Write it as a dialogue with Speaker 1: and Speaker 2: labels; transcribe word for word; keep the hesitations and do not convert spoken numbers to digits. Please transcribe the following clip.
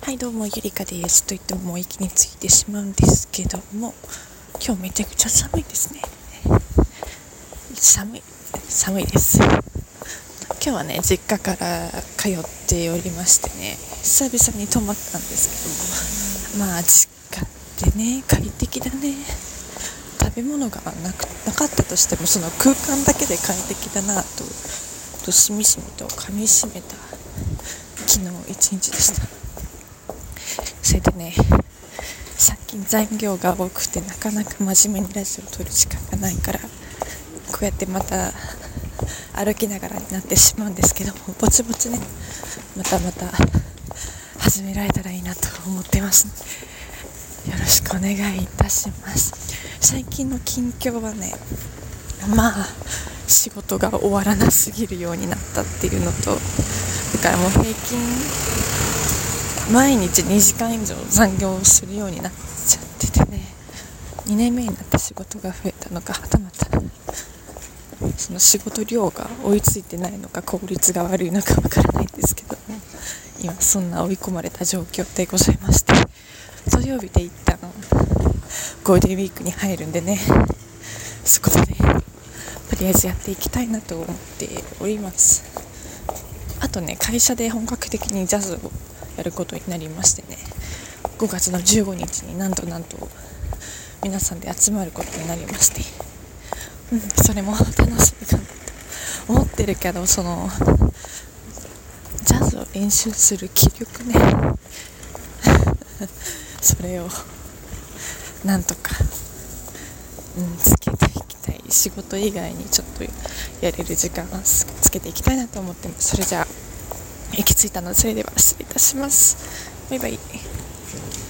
Speaker 1: はいどうもゆりかですと言ってももう息についてしまうんですけども、今日めちゃくちゃ寒いですね。寒い寒いです今日はね実家から通っておりましてね、久々に泊まったんですけども、まあ実家ってね快適だね。食べ物がなくなかったとしてもその空間だけで快適だなととしみしみと噛みしめた昨日一日でした。それでね、最近残業が多くてなかなか真面目にラジオを撮る時間がないから、こうやってまた歩きながらになってしまうんですけども、ぼちぼちねまたまた始められたらいいなと思ってますので、よろしくお願いいたします。最近の近況はね、まあ仕事が終わらなすぎるようになったっていうのと、だからもう平均毎日にじかん以上残業するようになっちゃっててね、にねんめになって仕事が増えたのか、はたまたその仕事量が追いついてないのか効率が悪いのかわからないんですけども、今そんな追い込まれた状況でございまして、土曜日で一旦ゴールデンウィークに入るんでね、そこでねとりあえずやっていきたいなと思っております。あとね、会社で本格的にジャズをやることになりましてね、ごがつのじゅうごにちになんとなんと皆さんで集まることになりまして、うん、それも楽しみかなと思ってるけど、そのジャズを練習する気力ねそれをなんとか、うん、つけていきたい。仕事以外にちょっとやれる時間をつけていきたいなと思ってます。それじゃあ行き着いたので、それでは失礼いたします。バイバイ。